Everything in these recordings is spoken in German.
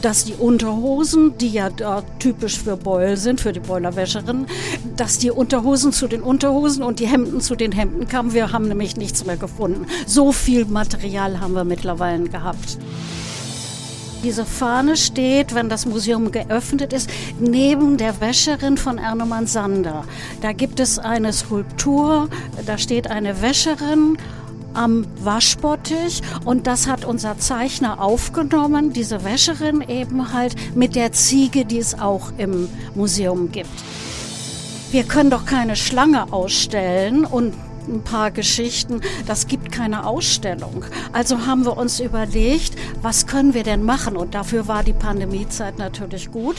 dass die Unterhosen, die ja da typisch für Beul sind, für die Boilerwäscherin, dass die Unterhosen zu den Unterhosen und die Hemden zu den Hemden kamen. Wir haben nämlich nichts mehr gefunden. So viel Material haben wir mittlerweile gehabt. Diese Fahne steht, wenn das Museum geöffnet ist, neben der Wäscherin von Ernemann Sander. Da gibt es eine Skulptur, da steht eine Wäscherin am Waschbottich und das hat unser Zeichner aufgenommen, diese Wäscherin eben halt mit der Ziege, die es auch im Museum gibt. Wir können doch keine Schlange ausstellen und ein paar Geschichten, das gibt keine Ausstellung. Also haben wir uns überlegt, was können wir denn machen? Und dafür war die Pandemiezeit natürlich gut.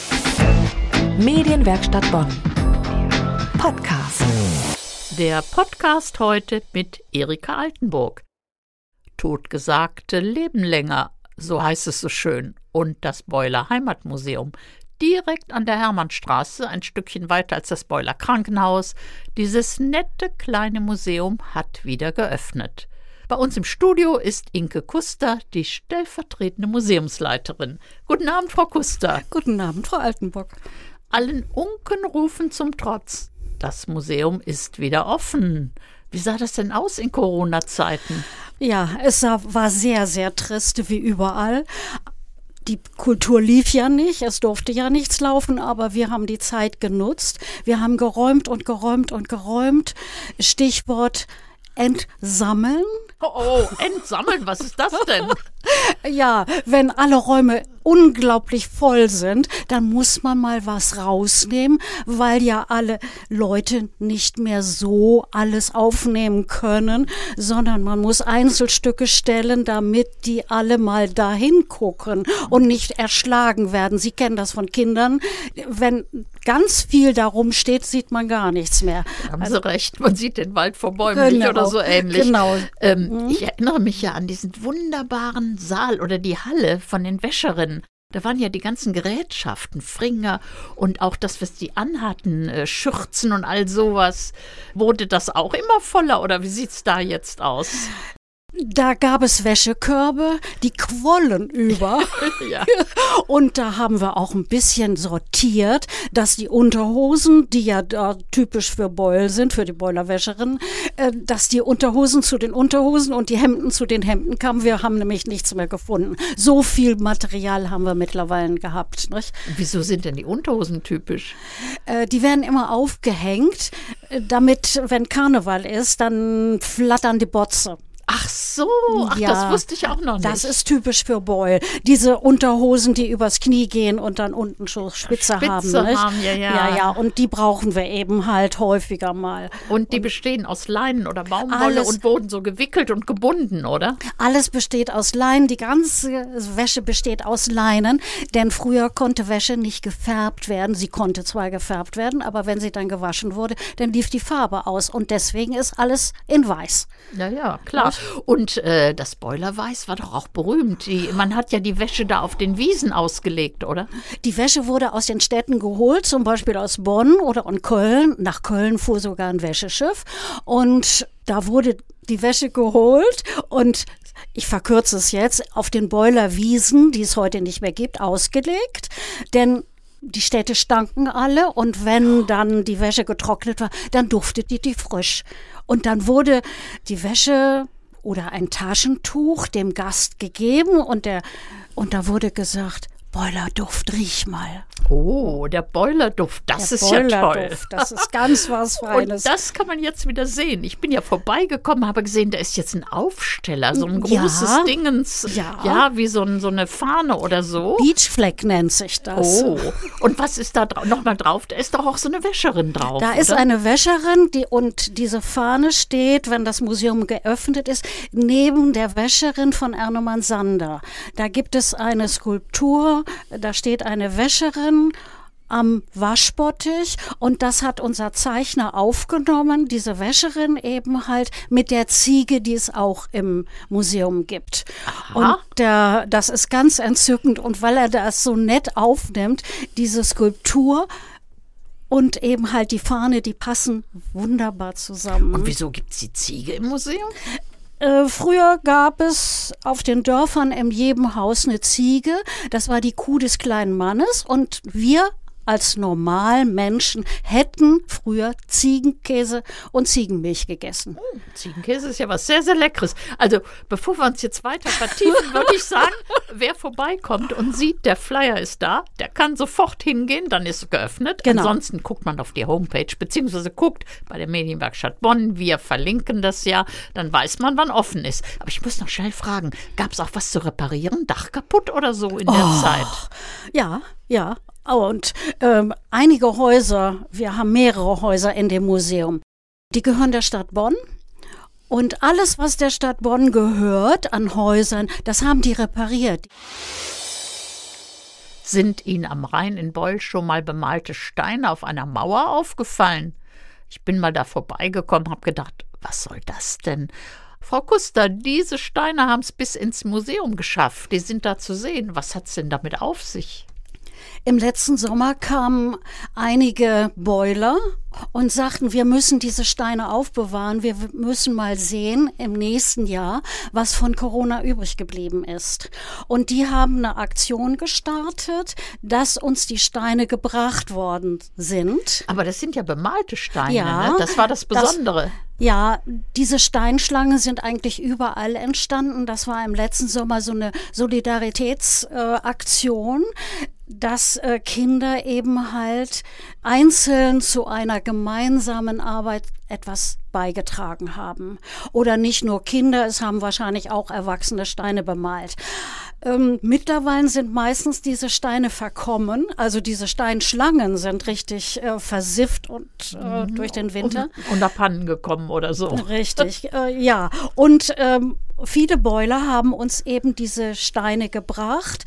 Medienwerkstatt Bonn. Podcast. Der Podcast heute mit Erika Altenburg. Totgesagte leben länger, so heißt es so schön. Und das Beuler Heimatmuseum, direkt an der Hermannstraße, ein Stückchen weiter als das Beuler Krankenhaus. Dieses nette kleine Museum hat wieder geöffnet. Bei uns im Studio ist Inke Kuster, die stellvertretende Museumsleiterin. Guten Abend, Frau Kuster. Guten Abend, Frau Altenburg. Allen Unkenrufen zum Trotz. Das Museum ist wieder offen. Wie sah das denn aus in Corona-Zeiten? Ja, es war sehr, sehr trist, wie überall. Die Kultur lief ja nicht, es durfte ja nichts laufen, aber wir haben die Zeit genutzt. Wir haben geräumt und geräumt und geräumt. Stichwort entsammeln. Oh, entsammeln, was ist das denn? Ja, wenn alle Räume unglaublich voll sind, dann muss man mal was rausnehmen, weil ja alle Leute nicht mehr so alles aufnehmen können, sondern man muss Einzelstücke stellen, damit die alle mal dahin gucken und nicht erschlagen werden. Sie kennen das von Kindern. Wenn ganz viel darum steht, sieht man gar nichts mehr. Haben Sie recht, man sieht den Wald vor Bäumen nicht oder so ähnlich. Genau. Ich erinnere mich ja an diesen wunderbaren Saal oder die Halle von den Wäscherinnen. Da waren ja die ganzen Gerätschaften, Fringer und auch das, was die anhatten, Schürzen und all sowas. Wurde das auch immer voller oder wie sieht's da jetzt aus? Da gab es Wäschekörbe, die quollen über. Ja. Und da haben wir auch ein bisschen sortiert, dass die Unterhosen, die ja da typisch für Beul sind, für die Boilerwäscherin, dass die Unterhosen zu den Unterhosen und die Hemden zu den Hemden kamen. Wir haben nämlich nichts mehr gefunden. So viel Material haben wir mittlerweile gehabt. Nicht? Wieso sind denn die Unterhosen typisch? Die werden immer aufgehängt, damit, wenn Karneval ist, dann flattern die Botze. Ach so, ja, das wusste ich auch noch nicht. Das ist typisch für Beul. Diese Unterhosen, die übers Knie gehen und dann unten schon Spitze haben. Nicht? Ja, und die brauchen wir eben halt häufiger mal. Und die bestehen aus Leinen oder Baumwolle und wurden so gewickelt und gebunden, oder? Alles besteht aus Leinen, die ganze Wäsche besteht aus Leinen, denn früher konnte Wäsche nicht gefärbt werden. Sie konnte zwar gefärbt werden, aber wenn sie dann gewaschen wurde, dann lief die Farbe aus und deswegen ist alles in weiß. Ja, klar. Und das Boilerweiß war doch auch berühmt. Man hat ja die Wäsche da auf den Wiesen ausgelegt, oder? Die Wäsche wurde aus den Städten geholt, zum Beispiel aus Bonn oder in Köln. Nach Köln fuhr sogar ein Wäscheschiff und da wurde die Wäsche geholt und ich verkürze es jetzt, auf den Boilerwiesen, die es heute nicht mehr gibt, ausgelegt, denn die Städte stanken alle und wenn dann die Wäsche getrocknet war, dann duftete die frisch. Und dann wurde die Wäsche oder ein Taschentuch dem Gast gegeben und da wurde gesagt, Boilerduft, riech mal. Oh, der Boilerduft, das ist ja toll. Das ist ganz was Feines. Und das kann man jetzt wieder sehen. Ich bin ja vorbeigekommen, habe gesehen, da ist jetzt ein Aufsteller, so ein großes Dingens. Ja, wie so eine Fahne oder so. Beachflag nennt sich das. Oh, und was ist da nochmal drauf? Da ist doch auch so eine Wäscherin drauf, Da ist eine Wäscherin, und diese Fahne steht, wenn das Museum geöffnet ist, neben der Wäscherin von Ernemann Sander. Da gibt es eine Skulptur, da steht eine Wäscherin am Waschbottich und das hat unser Zeichner aufgenommen, diese Wäscherin eben halt mit der Ziege, die es auch im Museum gibt. Aha. Und das ist ganz entzückend und weil er das so nett aufnimmt, diese Skulptur und eben halt die Fahne, die passen wunderbar zusammen. Und wieso gibt es die Ziege im Museum? Früher gab es auf den Dörfern in jedem Haus eine Ziege. Das war die Kuh des kleinen Mannes. Und wir als Normalmenschen hätten früher Ziegenkäse und Ziegenmilch gegessen. Ziegenkäse ist ja was sehr, sehr Leckeres. Also, bevor wir uns jetzt weiter vertiefen, würde ich sagen, wer vorbeikommt und sieht, der Flyer ist da, der kann sofort hingehen, dann ist es geöffnet. Genau. Ansonsten guckt man auf die Homepage, beziehungsweise guckt bei der Medienwerkstatt Bonn. Wir verlinken das ja, dann weiß man, wann offen ist. Aber ich muss noch schnell fragen, gab es auch was zu reparieren? Dach kaputt oder so in der Zeit? Ja, ja. Und einige Häuser, wir haben mehrere Häuser in dem Museum, die gehören der Stadt Bonn. Und alles, was der Stadt Bonn gehört an Häusern, das haben die repariert. Sind Ihnen am Rhein in Beul schon mal bemalte Steine auf einer Mauer aufgefallen? Ich bin mal da vorbeigekommen, habe gedacht, was soll das denn? Frau Kuster, diese Steine haben es bis ins Museum geschafft. Die sind da zu sehen. Was hat es denn damit auf sich? Im letzten Sommer kamen einige Beuler und sagten, wir müssen diese Steine aufbewahren. Wir müssen mal sehen im nächsten Jahr, was von Corona übrig geblieben ist. Und die haben eine Aktion gestartet, dass uns die Steine gebracht worden sind. Aber das sind ja bemalte Steine, Ja, ne? Das war das Besondere. Ja, diese Steinschlangen sind eigentlich überall entstanden. Das war im letzten Sommer so eine Solidaritätsaktion, dass Kinder eben halt einzeln zu einer gemeinsamen Arbeit etwas beigetragen haben. Oder nicht nur Kinder, es haben wahrscheinlich auch Erwachsene Steine bemalt. Mittlerweile sind meistens diese Steine verkommen, also diese Steinschlangen sind richtig versifft und durch den Winter. Und abhanden gekommen oder so. Richtig, ja. Und viele Beuler haben uns eben diese Steine gebracht.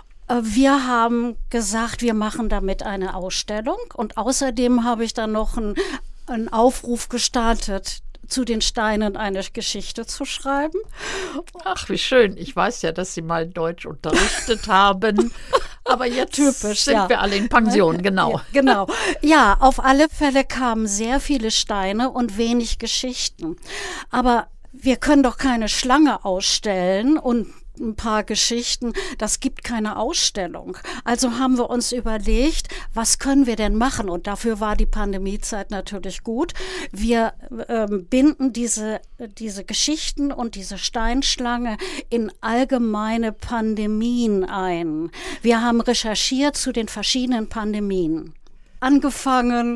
Wir haben gesagt, wir machen damit eine Ausstellung. Und außerdem habe ich dann noch einen Aufruf gestartet, zu den Steinen eine Geschichte zu schreiben. Ach, wie schön. Ich weiß ja, dass Sie mal Deutsch unterrichtet haben. Aber jetzt Typisch, sind wir alle in Pension, genau. Ja, genau. Ja, auf alle Fälle kamen sehr viele Steine und wenig Geschichten. Aber wir können doch keine Schlange ausstellen und ein paar Geschichten, das gibt keine Ausstellung. Also haben wir uns überlegt, was können wir denn machen? Und dafür war die Pandemiezeit natürlich gut. Wir binden diese Geschichten und diese Steinschlange in allgemeine Pandemien ein. Wir haben recherchiert zu den verschiedenen Pandemien. Angefangen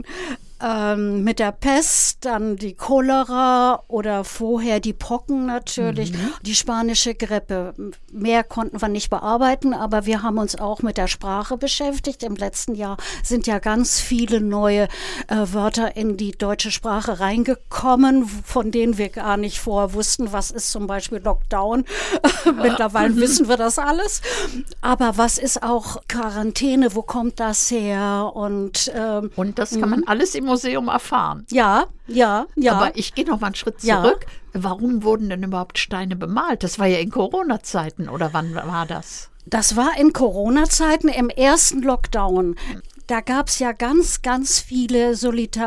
mit der Pest, dann die Cholera oder vorher die Pocken natürlich, die spanische Grippe. Mehr konnten wir nicht bearbeiten, aber wir haben uns auch mit der Sprache beschäftigt. Im letzten Jahr sind ja ganz viele neue Wörter in die deutsche Sprache reingekommen, von denen wir gar nicht vorher wussten, was ist zum Beispiel Lockdown. Mittlerweile wissen wir das alles. Aber was ist auch Quarantäne, wo kommt das her? Und das kann man alles im Museum erfahren. Ja. Aber ich gehe noch mal einen Schritt zurück. Warum wurden denn überhaupt Steine bemalt? Das war ja in Corona-Zeiten, oder wann war das? Das war in Corona-Zeiten im ersten Lockdown. Da gab es ja ganz, ganz viele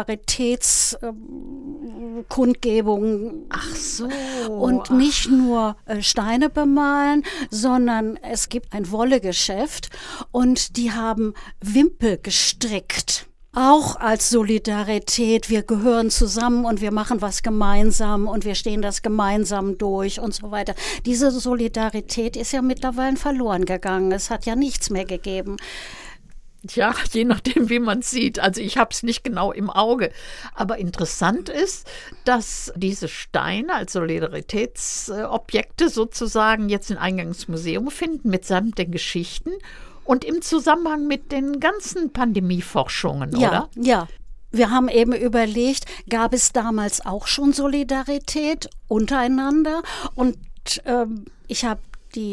Solidaritätskundgebungen. Ach so. Und nicht nur Steine bemalen, sondern es gibt ein Wollegeschäft und die haben Wimpel gestrickt. Auch als Solidarität, wir gehören zusammen und wir machen was gemeinsam und wir stehen das gemeinsam durch und so weiter. Diese Solidarität ist ja mittlerweile verloren gegangen. Es hat ja nichts mehr gegeben. Ja, je nachdem, wie man es sieht. Also ich habe es nicht genau im Auge. Aber interessant ist, dass diese Steine als Solidaritätsobjekte sozusagen jetzt ein Eingangsmuseum finden, mitsamt den Geschichten und im Zusammenhang mit den ganzen Pandemieforschungen, oder? Ja. Wir haben eben überlegt, gab es damals auch schon Solidarität untereinander? Und ich habe die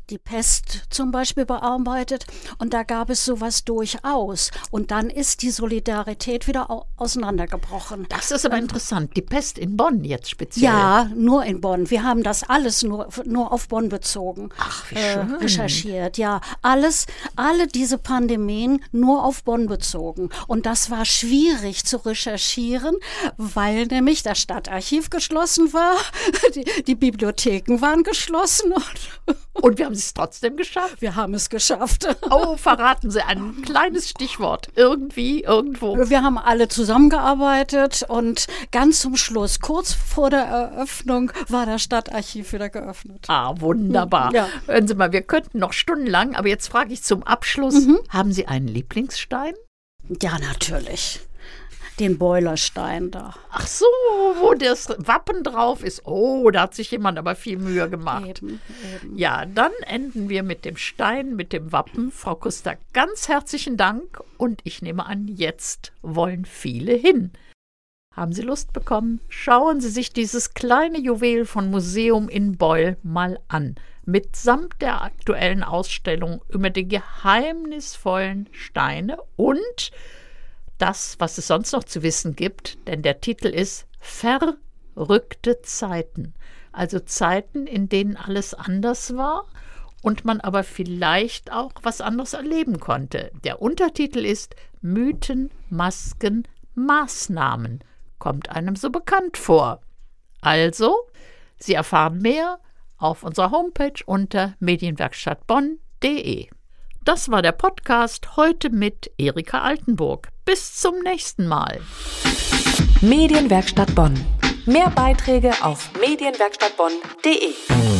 die Pest zum Beispiel bearbeitet und da gab es sowas durchaus. Und dann ist die Solidarität wieder auseinandergebrochen. Das ist aber interessant. Die Pest in Bonn jetzt speziell. Ja, nur in Bonn. Wir haben das alles nur auf Bonn bezogen. Ach, wie schön. Recherchiert. Ja, alle diese Pandemien nur auf Bonn bezogen. Und das war schwierig zu recherchieren, weil nämlich das Stadtarchiv geschlossen war, die Bibliotheken waren geschlossen. Und wir haben es trotzdem geschafft? Wir haben es geschafft. Oh, verraten Sie ein kleines Stichwort. Irgendwie, irgendwo. Wir haben alle zusammengearbeitet und ganz zum Schluss, kurz vor der Eröffnung, war das Stadtarchiv wieder geöffnet. Ah, wunderbar. Ja. Hören Sie mal, wir könnten noch stundenlang, aber jetzt frage ich zum Abschluss, haben Sie einen Lieblingsstein? Ja, natürlich. Den Beulerstein da. Ach so, wo das Wappen drauf ist. Oh, da hat sich jemand aber viel Mühe gemacht. Eben. Ja, dann enden wir mit dem Stein, mit dem Wappen. Frau Kuster, ganz herzlichen Dank. Und ich nehme an, jetzt wollen viele hin. Haben Sie Lust bekommen? Schauen Sie sich dieses kleine Juwel von Museum in Beul mal an. Mitsamt der aktuellen Ausstellung über die geheimnisvollen Steine und das, was es sonst noch zu wissen gibt, denn der Titel ist Verrückte Zeiten. Also Zeiten, in denen alles anders war und man aber vielleicht auch was anderes erleben konnte. Der Untertitel ist Mythen, Masken, Maßnahmen. Kommt einem so bekannt vor. Also, Sie erfahren mehr auf unserer Homepage unter medienwerkstattbonn.de. Das war der Podcast heute mit Erika Altenburg. Bis zum nächsten Mal. Medienwerkstatt Bonn. Mehr Beiträge auf medienwerkstattbonn.de.